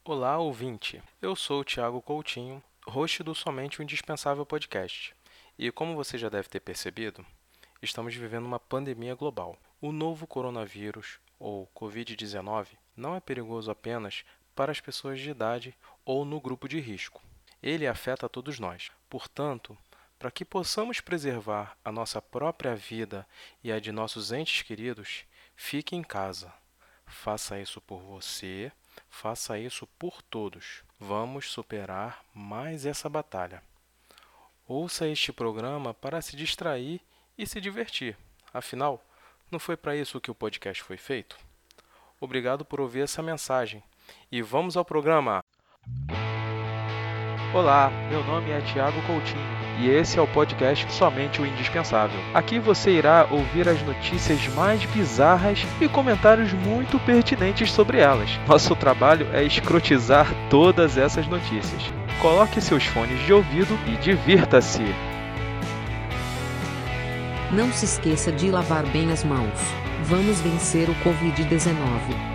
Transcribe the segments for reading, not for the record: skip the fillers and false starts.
Olá, ouvinte. Eu sou o Thiago Coutinho, host do Somente o Indispensável Podcast. E como você já deve ter percebido, estamos vivendo uma pandemia global. O novo coronavírus, ou Covid-19, não é perigoso apenas para as pessoas de idade ou no grupo de risco. Ele afeta a todos nós. Portanto, para que possamos preservar a nossa própria vida e a de nossos entes queridos, fique em casa. Faça isso por você. Faça isso por todos. Vamos superar mais essa batalha. Ouça este programa para se distrair e se divertir. Afinal, não foi para isso que o podcast foi feito? Obrigado por ouvir essa mensagem. E vamos ao programa! Olá, meu nome é Thiago Coutinho e esse é o podcast Somente o Indispensável. Aqui você irá ouvir as notícias mais bizarras e comentários muito pertinentes sobre elas. Nosso trabalho é escrotizar todas essas notícias. Coloque seus fones de ouvido e divirta-se! Não se esqueça de lavar bem as mãos. Vamos vencer o Covid-19.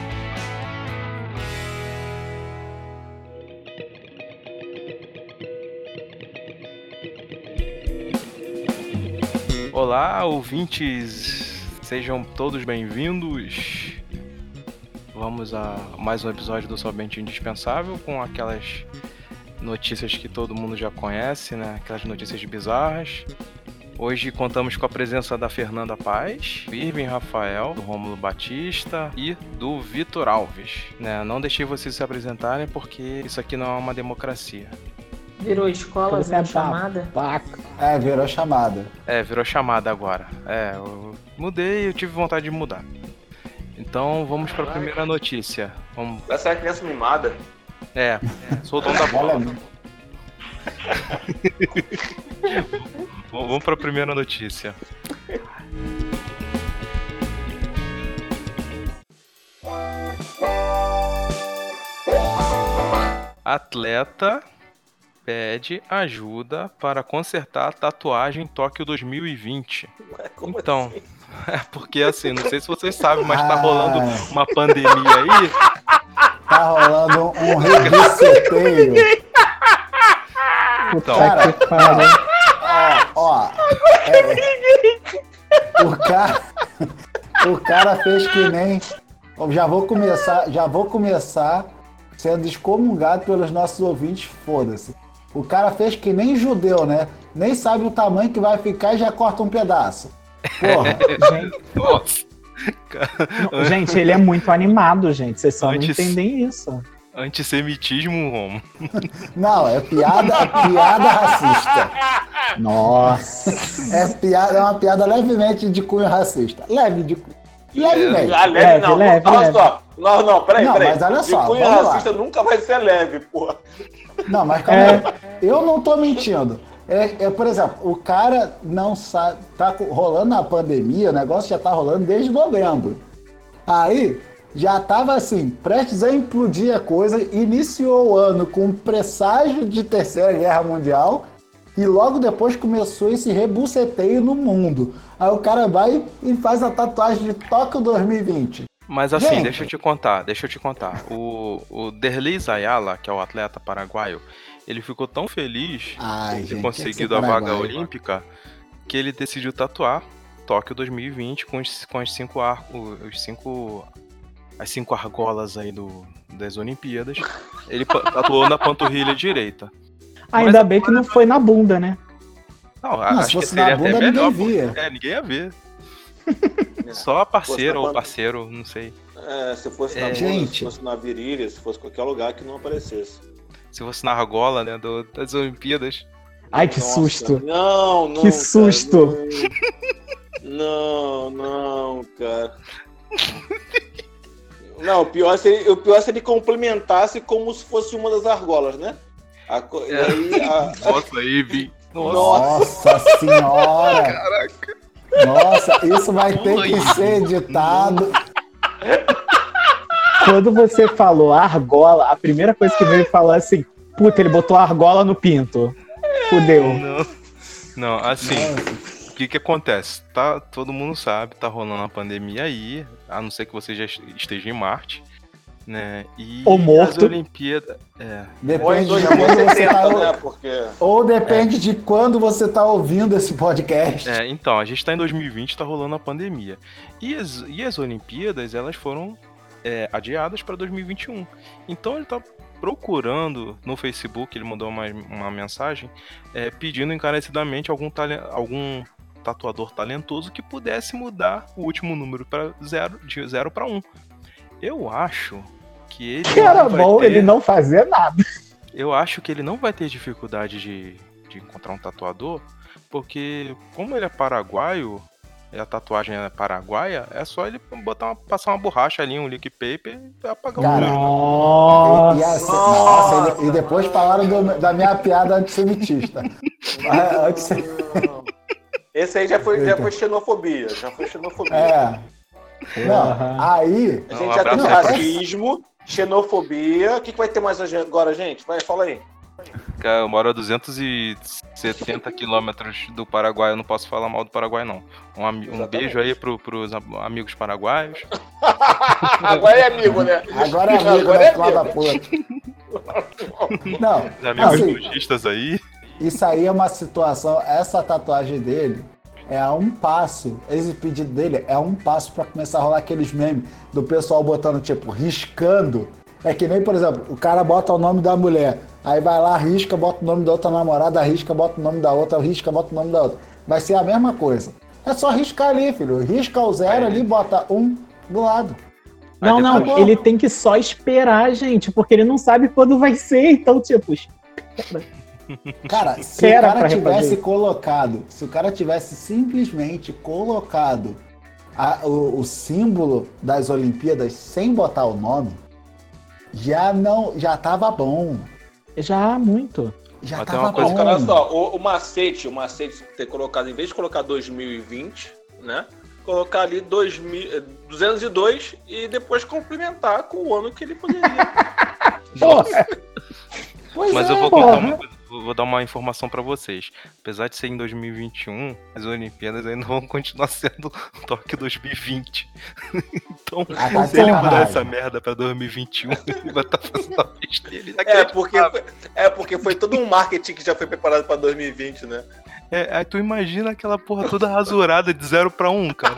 Olá, ouvintes! Sejam todos bem-vindos! Vamos a mais um episódio do Somente Indispensável com aquelas notícias que todo mundo já conhece, né? Aquelas notícias bizarras. Hoje contamos com a presença da Fernanda Paz, do Irving Rafael, do Rômulo Batista e do Vitor Alves. Né? Não deixei vocês se apresentarem porque isso aqui não é uma democracia. Virou escola, virou chamada? Virou chamada. Virou chamada agora. Eu mudei, eu tive vontade de mudar. Então vamos para a primeira notícia. Essa é a criança mimada. Sou o dono da bola. Vamos para a primeira notícia. Atleta pede ajuda para consertar a tatuagem Tóquio 2020. Como então, assim? Porque assim, não sei se vocês sabem, mas tá rolando uma pandemia aí. Tá rolando um rebuceteio. Então, o cara fez que nem... Já vou começar sendo excomungado pelos nossos ouvintes, foda-se. O cara fez que nem judeu, né? Nem sabe o tamanho que vai ficar e já corta um pedaço. Porra. Nossa. Gente, ele é muito animado, gente. Vocês só não entendem isso. Antissemitismo, Romo. Não, é piada racista. Nossa. É uma piada levemente de cunho racista. Levemente. Leve. Não, peraí. Mas olha só, de cunho racista nunca vai ser leve, porra. Não, mas calma aí. Eu não tô mentindo. Por exemplo, o cara não sabe, tá rolando a pandemia, o negócio já tá rolando desde novembro. Aí, já tava assim, prestes a implodir a coisa, iniciou o ano com um presságio de Terceira Guerra Mundial e logo depois começou esse rebuceteio no mundo. Aí o cara vai e faz a tatuagem de Tóquio 2020. Mas assim, deixa eu te contar. O Derlis Ayala, que é o atleta paraguaio, ele ficou tão feliz por ter conseguido a vaga olímpica que ele decidiu tatuar Tóquio 2020 com as cinco argolas aí das Olimpíadas. Ele tatuou na panturrilha direita. Ainda bem que não foi na bunda, né? Não, acho se fosse que seria na bunda, até melhor. ninguém via. Ninguém ia ver. Só a parceira ou parceiro, não sei. Se fosse na bunda, se fosse na virilha, se fosse qualquer lugar que não aparecesse. Se fosse na argola, né, das Olimpíadas. Ai, que susto. Não, que susto. Não, cara. Não, o pior é se ele complementasse como se fosse uma das argolas, né? Nossa, aí, Vi. Nossa senhora! Caraca! Nossa, isso vai ter que ser editado. Quando você falou argola, a primeira coisa que veio falar assim, puta, ele botou argola no pinto. Fudeu. Não, assim, o que acontece? Todo mundo sabe, tá rolando uma pandemia aí, a não ser que você já esteja em Marte. né? E Ou morto. as Olimpíadas... Ou em Depende de quando você 2070, tá, né? Porque... ou depende de quando você tá ouvindo esse podcast. Então, a gente tá em 2020, tá rolando a pandemia. E as Olimpíadas, elas foram adiadas para 2021. Então ele tá procurando no Facebook, ele mandou uma mensagem pedindo encarecidamente algum tatuador talentoso que pudesse mudar o último número de 0 para 1. Eu acho que ele Que era bom ele não fazer nada. Eu acho que ele não vai ter dificuldade de encontrar um tatuador, porque como ele é paraguaio, e a tatuagem é paraguaia, é só ele passar uma borracha ali, um liquid paper e apagar o número. Nossa. E depois falaram da minha piada antissemitista. Esse aí já foi xenofobia. Já foi xenofobia. Não, aí... A gente já tem racismo, xenofobia. O que vai ter mais agora, gente? Vai, fala aí. Eu moro a 270 quilômetros do Paraguai, eu não posso falar mal do Paraguai, não. Um beijo aí pros amigos paraguaios. Agora é amigo, né? Agora é amigo, Agora né? é Filha da puta. Não, Os amigos assim, lojistas aí. isso aí é uma situação, essa tatuagem dele é a um passo, esse pedido dele é a um passo pra começar a rolar aqueles memes do pessoal botando, tipo, riscando. É que nem, por exemplo, o cara bota o nome da mulher, aí vai lá, risca, bota o nome da outra namorada, risca, bota o nome da outra, risca, bota o nome da outra. Vai ser a mesma coisa. É só riscar ali, filho. Risca o 0 ali, bota 1 do lado. Não, depois... ele tem que só esperar, gente, porque ele não sabe quando vai ser, então, tipo... Cara, se o cara tivesse colocado, se o cara tivesse simplesmente colocado o símbolo das Olimpíadas sem botar o nome, já tava bom. Já, muito. Já tava bom. Mas olha só, o macete ter colocado, em vez de colocar 2020, né? Colocar ali 202 e depois complementar com o ano que ele poderia. Mas eu vou contar uma coisa, vou dar uma informação pra vocês. Apesar de ser em 2021, as Olimpíadas ainda vão continuar sendo Tóquio 2020. Então, se ele mudar essa merda pra 2021, ele vai estar fazendo a besteira. Porque foi todo um marketing que já foi preparado pra 2020, né? Aí tu imagina aquela porra toda rasurada de 0 pra 1, cara.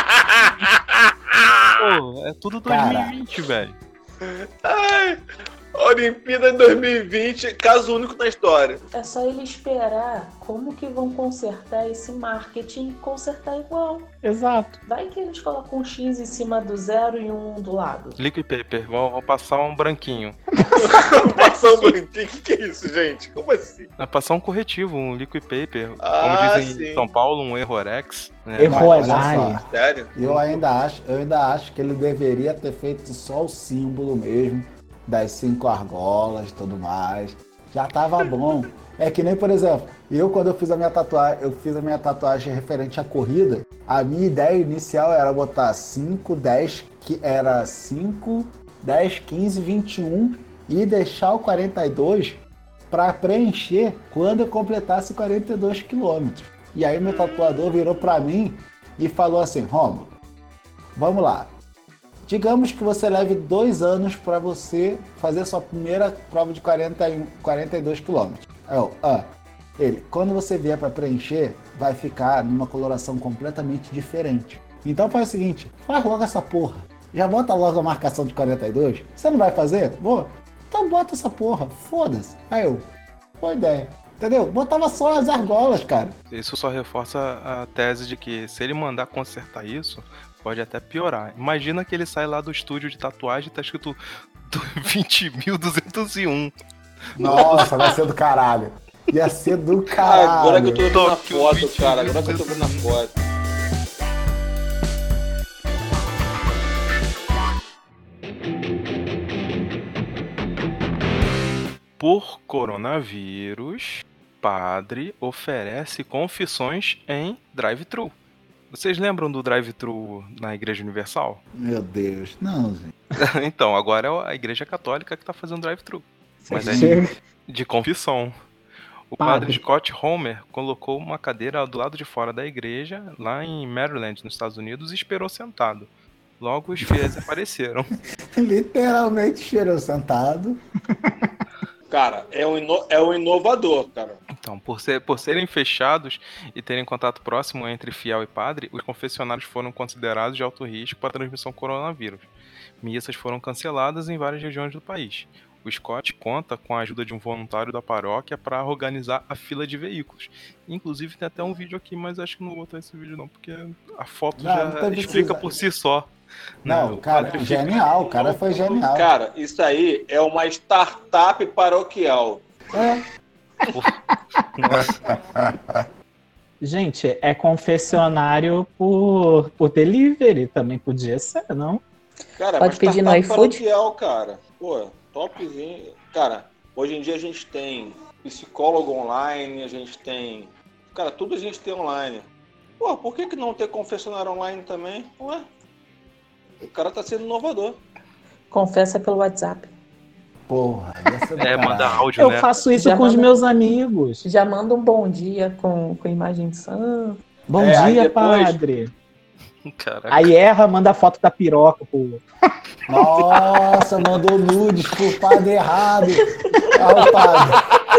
Pô, é tudo 2020, velho. Ai, Olimpíada 2020, caso único na história. É só ele esperar como que vão consertar esse marketing e consertar igual. Exato. Vai que eles colocam um X em cima do 0 e um do lado. Liquid paper, vou passar um branquinho. Passar um branquinho? O que é isso, gente? Como assim? Vai passar um corretivo, um liquid paper. Como dizem em São Paulo, um Errorex. Né? Sério? Eu ainda acho que ele deveria ter feito só o símbolo mesmo, das 5 argolas e tudo mais. Já tava bom. É que nem, por exemplo, quando eu fiz a minha tatuagem referente à corrida, a minha ideia inicial era botar 5, 10, que era 5, 10, 15, 21 e deixar o 42 para preencher quando eu completasse 42 quilômetros. E aí meu tatuador virou para mim e falou assim: Rômulo, vamos lá. Digamos que você leve 2 anos para você fazer a sua primeira prova de 42 quilômetros. Quando você vier para preencher, vai ficar numa coloração completamente diferente. Então faz o seguinte, faz logo essa porra. Já bota logo a marcação de 42. Você não vai fazer? Vou. Então bota essa porra, foda-se. Boa ideia. Entendeu? Botava só as argolas, cara. Isso só reforça a tese de que se ele mandar consertar isso, pode até piorar. Imagina que ele sai lá do estúdio de tatuagem e tá escrito 20.201. Nossa, vai ser do caralho. Ia ser do caralho. Agora que eu tô vendo na foto, cara. Agora que eu tô vendo na foto. Por coronavírus, padre oferece confissões em drive-thru. Vocês lembram do drive-thru na Igreja Universal? Meu Deus, não, gente. Então, agora é a Igreja Católica que tá fazendo drive-thru. Mas é de confissão. O padre Scott Homer colocou uma cadeira do lado de fora da igreja, lá em Maryland, nos Estados Unidos, e esperou sentado. Logo os fiéis apareceram. Literalmente cheirou sentado. Cara, é um inovador, cara. Então, por serem fechados e terem contato próximo entre fiel e padre, os confessionários foram considerados de alto risco para a transmissão do coronavírus. Missas foram canceladas em várias regiões do país. O Scott conta com a ajuda de um voluntário da paróquia para organizar a fila de veículos. Inclusive tem até um vídeo aqui, mas acho que não vou botar esse vídeo não, porque a foto Não, já não tem explica precisa. por si só. Não, cara, genial. O cara foi genial. Cara, isso aí é uma startup paroquial. É. Nossa. Gente, é confessionário por delivery. Também podia ser, não? Cara, Pode mas pedir no startup iFood? paroquial, cara. Pô, topzinho. Cara, hoje em dia a gente tem psicólogo online, a gente tem... Cara, tudo a gente tem online. Pô, por que não ter confessionário online também? Ué? O cara tá sendo inovador. Confessa pelo WhatsApp. Porra, ia ser do É, manda caralho. áudio, Eu né? faço isso Já com os manda- meus amigos. Já manda um bom dia com imagem de santo. Bom aí dia, depois- padre. Caraca. Aí erra, manda a foto da piroca, pô. Nossa, mandou nudes pro padre errado. Ah, o padre.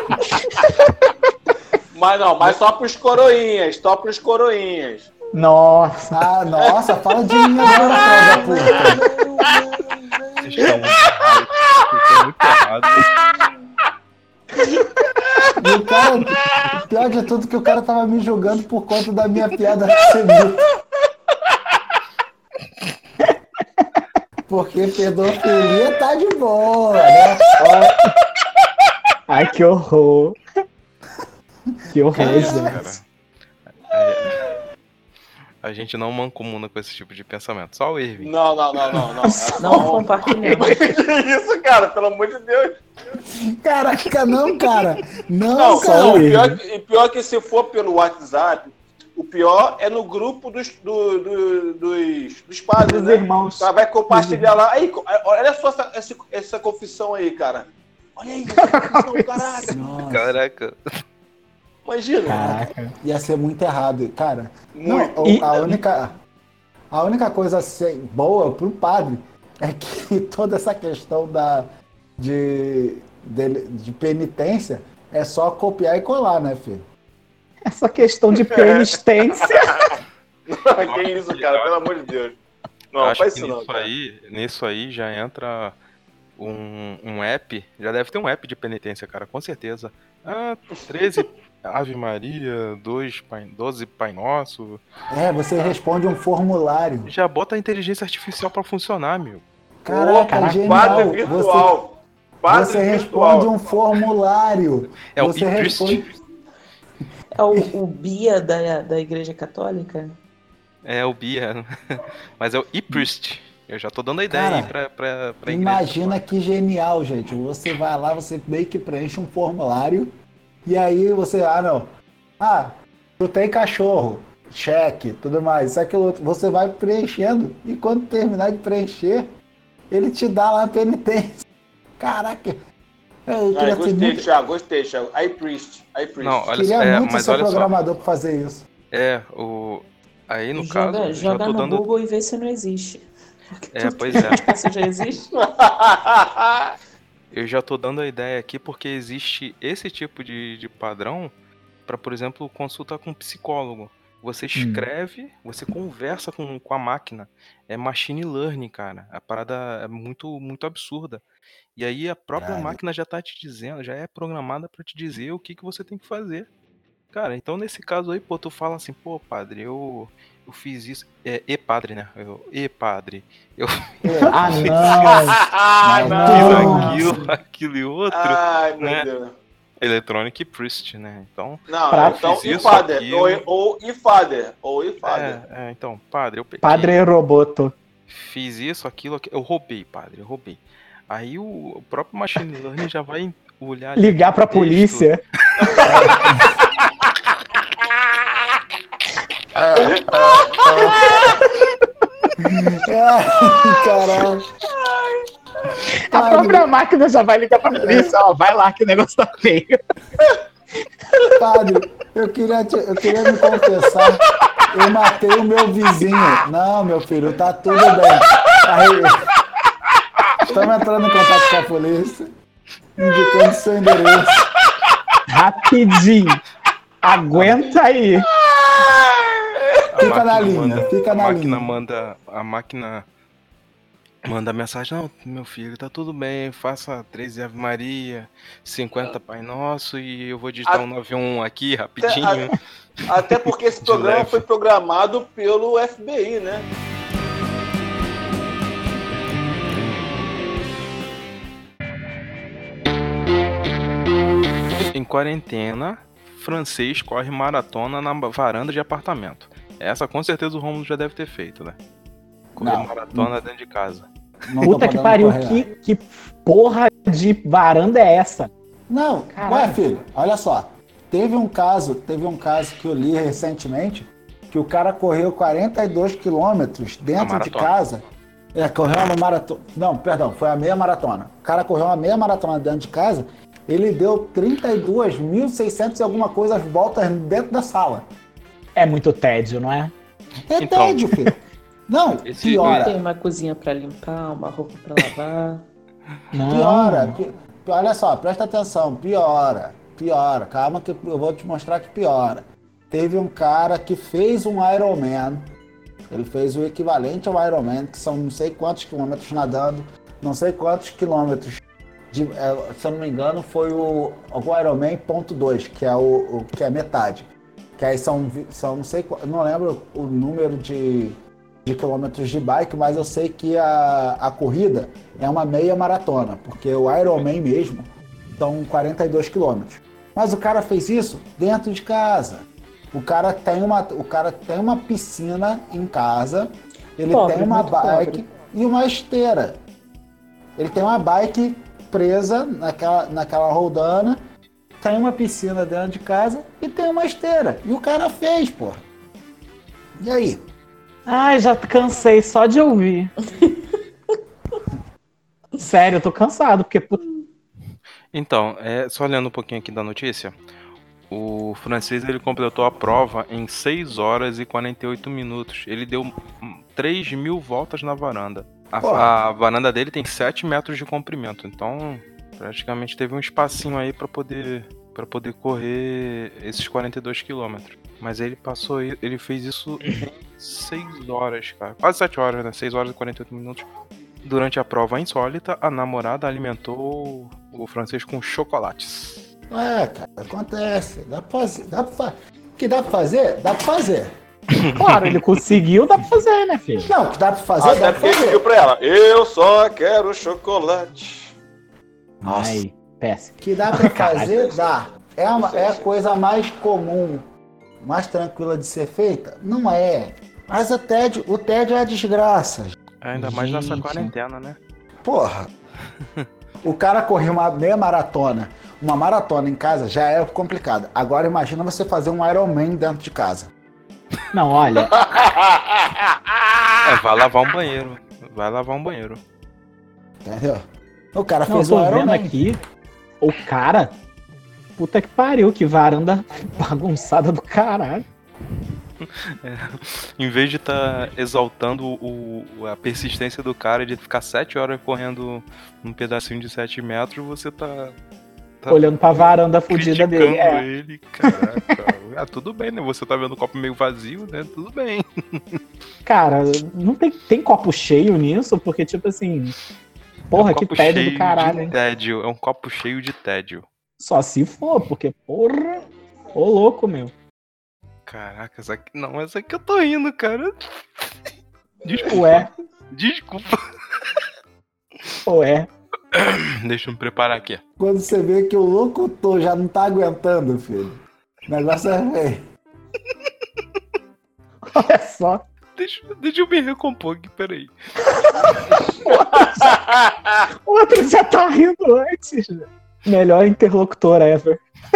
Mas só pros coroinhas, só pros coroinhas. Nossa. Ah, nossa, fala de mim agora, filha da puta. Vocês estão muito errados. E o cara, pior de tudo, que o cara tava me julgando por conta da minha piada antissemita. Porque pedofilia tá de boa, né? Ai, que horror. Que horror, gente. Cara, a gente não mancomuna com esse tipo de pensamento. Só o Irving. Não. Não compartilhamos. Que isso, cara? Pelo amor de Deus. Caraca, não, cara. Não, Não, cara. não, pior que se for pelo WhatsApp, o pior é no grupo dos padres, Dos né? irmãos. O cara vai compartilhar lá. Aí, olha só essa confissão aí, cara. Olha aí, essa confissão, caraca. Nossa, Caraca. Imagina. Caraca. ia ser muito errado, cara. Muito. Não, E- a única coisa assim, boa pro padre é que toda essa questão de penitência é só copiar e colar, né, filho? Essa questão de penitência. Que isso, cara? Pelo amor de Deus. Não, Acho faz que isso não, cara. nisso aí já entra um app. Já deve ter um app de penitência, cara, com certeza. 13 Ave Maria, 12 Pai Nosso. É, você responde um formulário. Já bota a inteligência artificial pra funcionar, meu. Caraca, Padre genial. virtual. Padre Você virtual. responde um formulário. É o Você responde... É o Bia da Igreja Católica? É o Bia. Mas é o e-priest. Eu já tô dando a ideia aí pra igreja. Imagina que genial, gente. Você vai lá, você meio que preenche um formulário e aí você, tu tem cachorro, cheque, tudo mais, isso, aquilo outro. Você vai preenchendo e quando terminar de preencher, ele te dá lá a penitência. Caraca. Eu queria Gostei, Thiago. iPriest. Não, olha só, queria muito mas ser olha só. programador pra fazer isso. Aí no caso, já Joga tô no dando. Google e vê se não existe. Porque tudo Pois que a é. gente pensa já existe. Eu já tô dando a ideia aqui porque existe esse tipo de padrão para, por exemplo, consulta com um psicólogo. Você escreve, você conversa com a máquina. É machine learning, cara. A parada é muito, muito absurda. E aí a própria Cara. máquina já tá te dizendo, já é programada para te dizer o que você tem que fazer. Cara, então nesse caso aí, pô, tu fala assim, pô, padre, eu fiz isso. Padre, né? Padre, eu Ah, não. Ai, fiz não. aquilo e outro. Ai, meu né? Deus. Electronic Priest, né? Então, Não, Pra- então Fiz isso, e-father. aquilo. Ou e-father. Ou e-father. então, padre, eu peguei, Padre Roboto. fiz isso, aquilo, eu roubei, padre, eu roubei. Aí o próprio machine learning já vai olhar ali Ligar pra no texto. polícia. Caralho. A própria máquina já vai ligar pra polícia. Ó, vai lá que o negócio tá feio. Padre, eu queria me confessar. Eu matei o meu vizinho. Não, meu filho, tá tudo bem. Aí, estamos entrando em contato com a polícia, indicando seu endereço. Rapidinho. Aguenta aí. Fica na linha, fica na linha. A máquina manda mensagem: não, meu filho, tá tudo bem, faça 13 Ave Maria, 50 Pai Nosso e eu vou digitar um 91 aqui rapidinho. Até porque esse programa foi programado pelo FBI, né? Em quarentena, francês corre maratona na varanda de apartamento. Essa com certeza o Rômulo já deve ter feito, né? Correr maratona dentro de casa. Não Puta tô que podendo pariu, correr. que porra de varanda é essa? Não, Caralho. ué, filho, olha só. Teve um caso que eu li recentemente, que o cara correu 42 quilômetros dentro de casa. Correu uma maratona. Não, perdão, foi a meia maratona. O cara correu uma meia maratona dentro de casa, ele deu 32.600 e alguma coisa as voltas dentro da sala. É muito tédio, não é? É Então, tédio, filho. Não, Tem piora. uma cozinha pra limpar, uma roupa pra lavar. Piora. Olha só, presta atenção, piora. Calma que eu vou te mostrar que piora. Teve um cara que fez um Ironman. Ele fez o equivalente ao Ironman, que são não sei quantos quilômetros nadando, não sei quantos quilômetros. Se eu não me engano, foi o Ironman ponto 2, que é o que é metade. Que aí são não sei, não lembro o número de quilômetros de bike, mas eu sei que a corrida é uma meia maratona, porque o Ironman mesmo são 42 quilômetros. Mas o cara fez isso dentro de casa. O cara tem uma piscina em casa, ele tem uma bike e uma esteira. Ele tem uma bike presa naquela roldana, tem uma piscina dentro de casa e tem uma esteira. E o cara fez, pô. E aí? Ai, já cansei só de ouvir. Sério, eu tô cansado, porque... Então, só olhando um pouquinho aqui da notícia, o francês ele completou a prova em 6 horas e 48 minutos. Ele deu 3.000 voltas na varanda. A varanda dele tem 7 metros de comprimento, então praticamente teve um espacinho aí para poder correr esses 42 quilômetros. Mas ele fez isso em 6 horas, cara. Quase 7 horas, né? 6 horas e 48 minutos. Durante a prova insólita, a namorada alimentou o francês com chocolates. Cara, acontece. Dá pra fazer. Que dá pra fazer? Dá pra fazer. Claro, ele conseguiu, dá pra fazer, né, filho? Não, que dá pra fazer, dá Até pra porque ele fazer. pediu pra ela: eu só quero chocolate. Ai, péssimo. Que dá pra fazer, dá. É a coisa mais comum, mais tranquila de ser feita? Não é. Mas o tédio é a desgraça. Ainda mais nessa quarentena, né? Porra. O cara correu uma meia maratona. Uma maratona em casa já é complicado. Agora imagina você fazer um Ironman dentro de casa. Não, olha, Vai lavar um banheiro. Entendeu? O cara não, eu fez tô um vendo Ironman. aqui, o cara, puta que pariu, que varanda bagunçada do caralho. Em vez de estar exaltando a persistência do cara de ficar 7 horas correndo um pedacinho de 7 metros, você tá Olhando pra varanda fudida criticando dele. ele. Caraca. Tudo bem, né? Você tá vendo o copo meio vazio, né? Tudo bem. Cara, não tem copo cheio nisso, porque tipo assim, porra, que copo tédio do cheio caralho, de hein? tédio. É um copo cheio de tédio. Só se for, porque porra, ô louco, meu. Caraca, essa aqui eu tô rindo, cara. Ué, Desculpa. ué. Deixa eu me preparar aqui. Quando você vê que o locutor já não tá aguentando, filho. O negócio é feio. Olha só. Deixa eu me recompor aqui, peraí. O outro já tá rindo antes. Melhor interlocutor ever.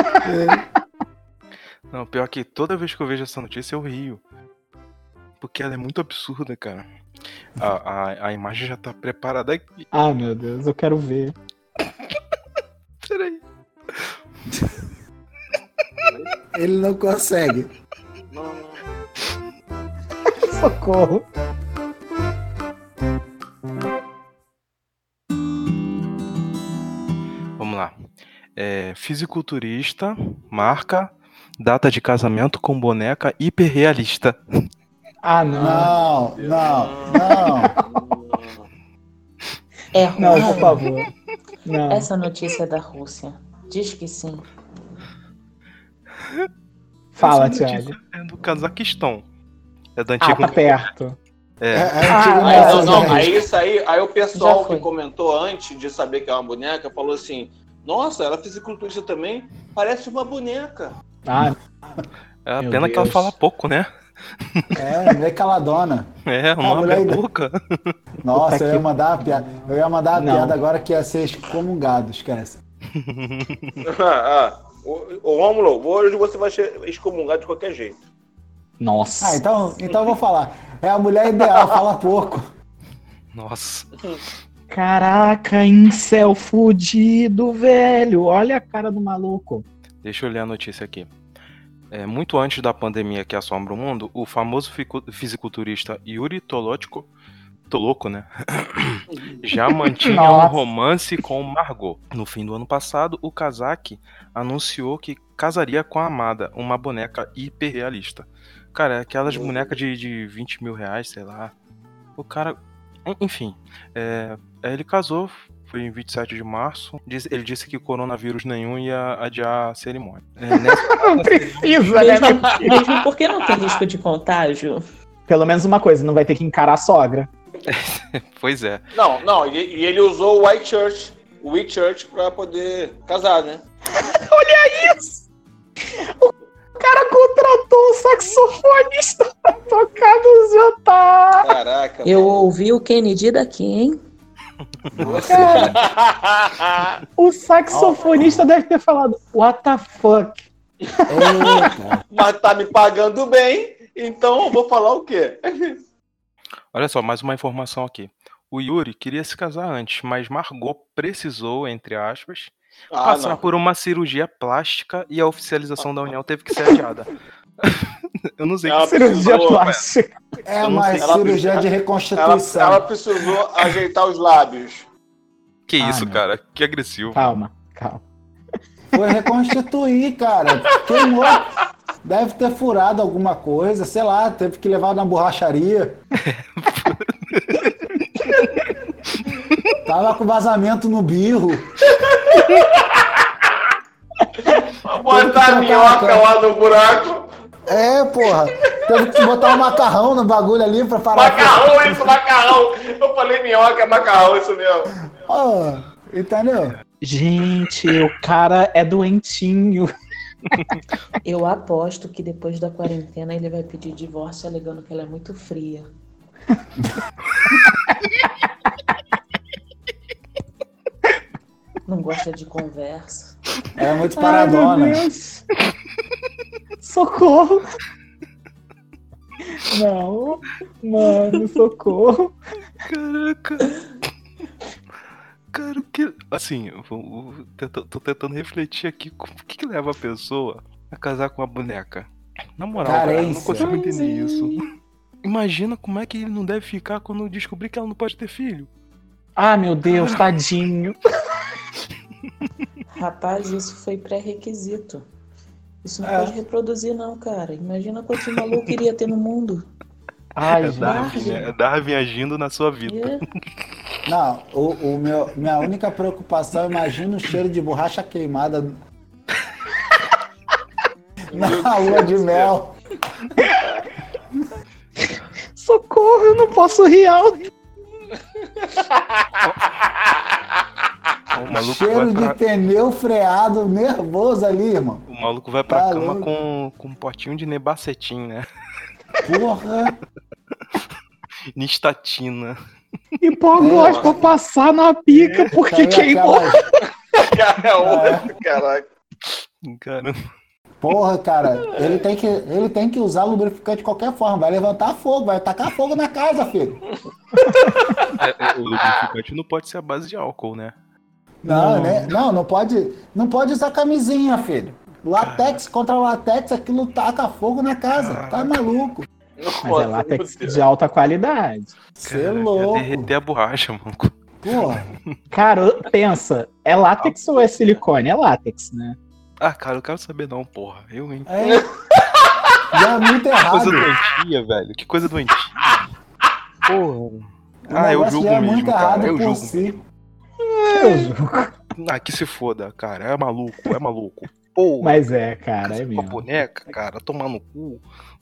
Não, pior que toda vez que eu vejo essa notícia eu rio. Porque ela é muito absurda, cara. A imagem já tá preparada aqui. Ah, meu Deus, eu quero ver. Peraí. Ele não consegue. Não. Socorro. Vamos lá. Fisiculturista marca data de casamento com boneca hiperrealista. Ah, não. Não. É ruim. Não, por favor. Não. Essa notícia é da Rússia. Diz que sim. Fala, Essa notícia Thiago. é do Cazaquistão. É da Ah, antiga. tá perto. Aí o pessoal Já foi. que comentou antes de saber que é uma boneca falou assim: nossa, ela é fisiculturista também, parece uma boneca. Ah, É a Meu pena que ela Deus. fala pouco, né? Meio caladona. Uma mulher abre a ainda- boca. Nossa, Puta eu que- ia mandar uma piada. Eu ia mandar uma Não. piada agora que ia ser excomungado, esquece. Ô Rômulo, hoje você vai ser excomungado de qualquer jeito. nossa. Então eu vou falar. É a mulher ideal, fala pouco. Nossa. Caraca, incel fudido, velho. Olha a cara do maluco. Deixa eu ler a notícia aqui. Muito antes da pandemia que assombra o mundo, o famoso fisiculturista Yuri Tolochko, né? Já mantinha um Nossa. romance com Margot. No fim do ano passado, o cazaque anunciou que casaria com a Amada, uma boneca hiperrealista. Cara, é aquelas bonecas de 20 mil reais, sei lá. O cara... Enfim, ele casou, foi em 27 de março. Ele disse que coronavírus nenhum ia adiar a cerimônia. Não precisa, né? Mesmo porque não tem risco de contágio. Pelo menos uma coisa, não vai ter que encarar a sogra. Pois é. Não, e ele usou o White Church pra poder casar, né? Olha isso! O cara contratou um saxofonista pra tocar no jantar. Caraca. Eu ouvi o Kennedy daqui, hein? Cara, o saxofonista deve ter falado, what the fuck? Eita. Mas tá me pagando bem, então eu vou falar o quê? Olha só, mais uma informação aqui. O Yuri queria se casar antes, mas Margot precisou, entre aspas, passar não. por uma cirurgia plástica e a oficialização da união teve que ser adiada. Eu não sei Ela que Cirurgia precisou, plástica. É Eu não uma sei. cirurgia de Ela reconstituição. precisou ajeitar os lábios. Que Ah, isso, não. cara? Que agressivo. Calma. Foi reconstituir, cara. Queimou. Deve ter furado alguma coisa, sei lá, teve que levar na borracharia. Tava com vazamento no birro. Botar a minhoca lá no buraco. Porra. Teve que botar um macarrão no bagulho ali pra parar. Macarrão. Eu falei minhoca, é macarrão, isso mesmo. Entendeu? Gente, o cara é doentinho. Eu aposto que depois da quarentena ele vai pedir divórcio alegando que ela é muito fria. Não gosta de conversa. É muito Ai, paradona. meu Deus. Socorro. Não, mano, socorro. Caraca. Cara, o que... Assim, tô tentando refletir aqui o que leva a pessoa a casar com uma boneca. Na moral, cara, eu não Carência. consigo entender isso. Imagina como é que ele não deve ficar quando descobrir que ela não pode ter filho. Ah, meu Deus, tadinho. Rapaz, isso foi pré-requisito. Isso não pode reproduzir, não, cara. Imagina quantos malucos iria ter no mundo. Ai, É gente. Darwin, né? É Darwin agindo na sua vida. É. Não, minha única preocupação, imagina o cheiro de borracha queimada na lua de mel. Socorro, eu não posso rir alto. O maluco, Cheiro de pneu freado, nervoso ali, irmão. o maluco vai pra Tá cama louco. com um potinho de nebacetim, né? Porra. Nistatina. E pogós pra passar na pica, porque Aí queimou. Caraca. Caramba. Porra, cara, ele tem que usar lubrificante de qualquer forma. Vai levantar fogo, vai tacar fogo na casa, filho. O lubrificante não pode ser a base de álcool, né? Não, né? Não pode usar camisinha, filho. Latex contra latex, aquilo taca fogo na casa. Tá maluco? Mas é látex de alta qualidade. Você é Ia louco. derreter a borracha, mano. Porra. Cara, pensa, é látex ou é silicone? É látex, né? Ah, cara, eu quero saber não, porra. Eu, hein? É. Já é muito Que errado. coisa doentia, velho. Que coisa doentia. Porra. O Ah, eu negócio julgo já é mesmo, muito cara. errado Eu por julgo. si. Eu julgo. Ah, que se foda, cara. É maluco, é maluco. Porra. Mas é, cara, é Com a mesmo. boneca, cara, tomar no cu.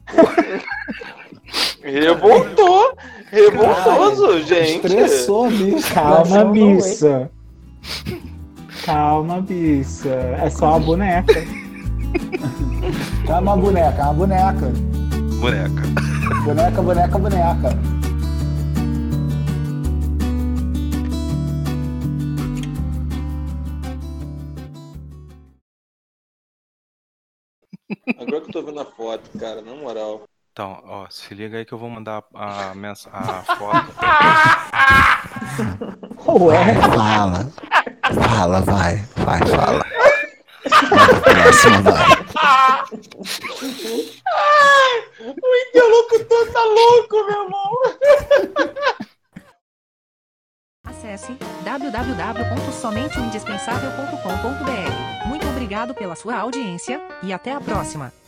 Revoltou! Revoltoso, gente! Estressou, bicho. Calma, Não, não, bicha. Calma, bicha. É só uma boneca. É uma boneca, é uma boneca. Boneca. Boneca, boneca, boneca. Agora que eu tô vendo a foto, cara, na moral. Então, ó, se liga aí que eu vou mandar a foto. Ué, Fala. Fala, vai. Vai, fala. Manda o próximo, vai. O interlocutor tá louco, meu irmão! Acesse www.somenteoindispensável.com.br. Muito obrigado pela sua audiência e até a próxima.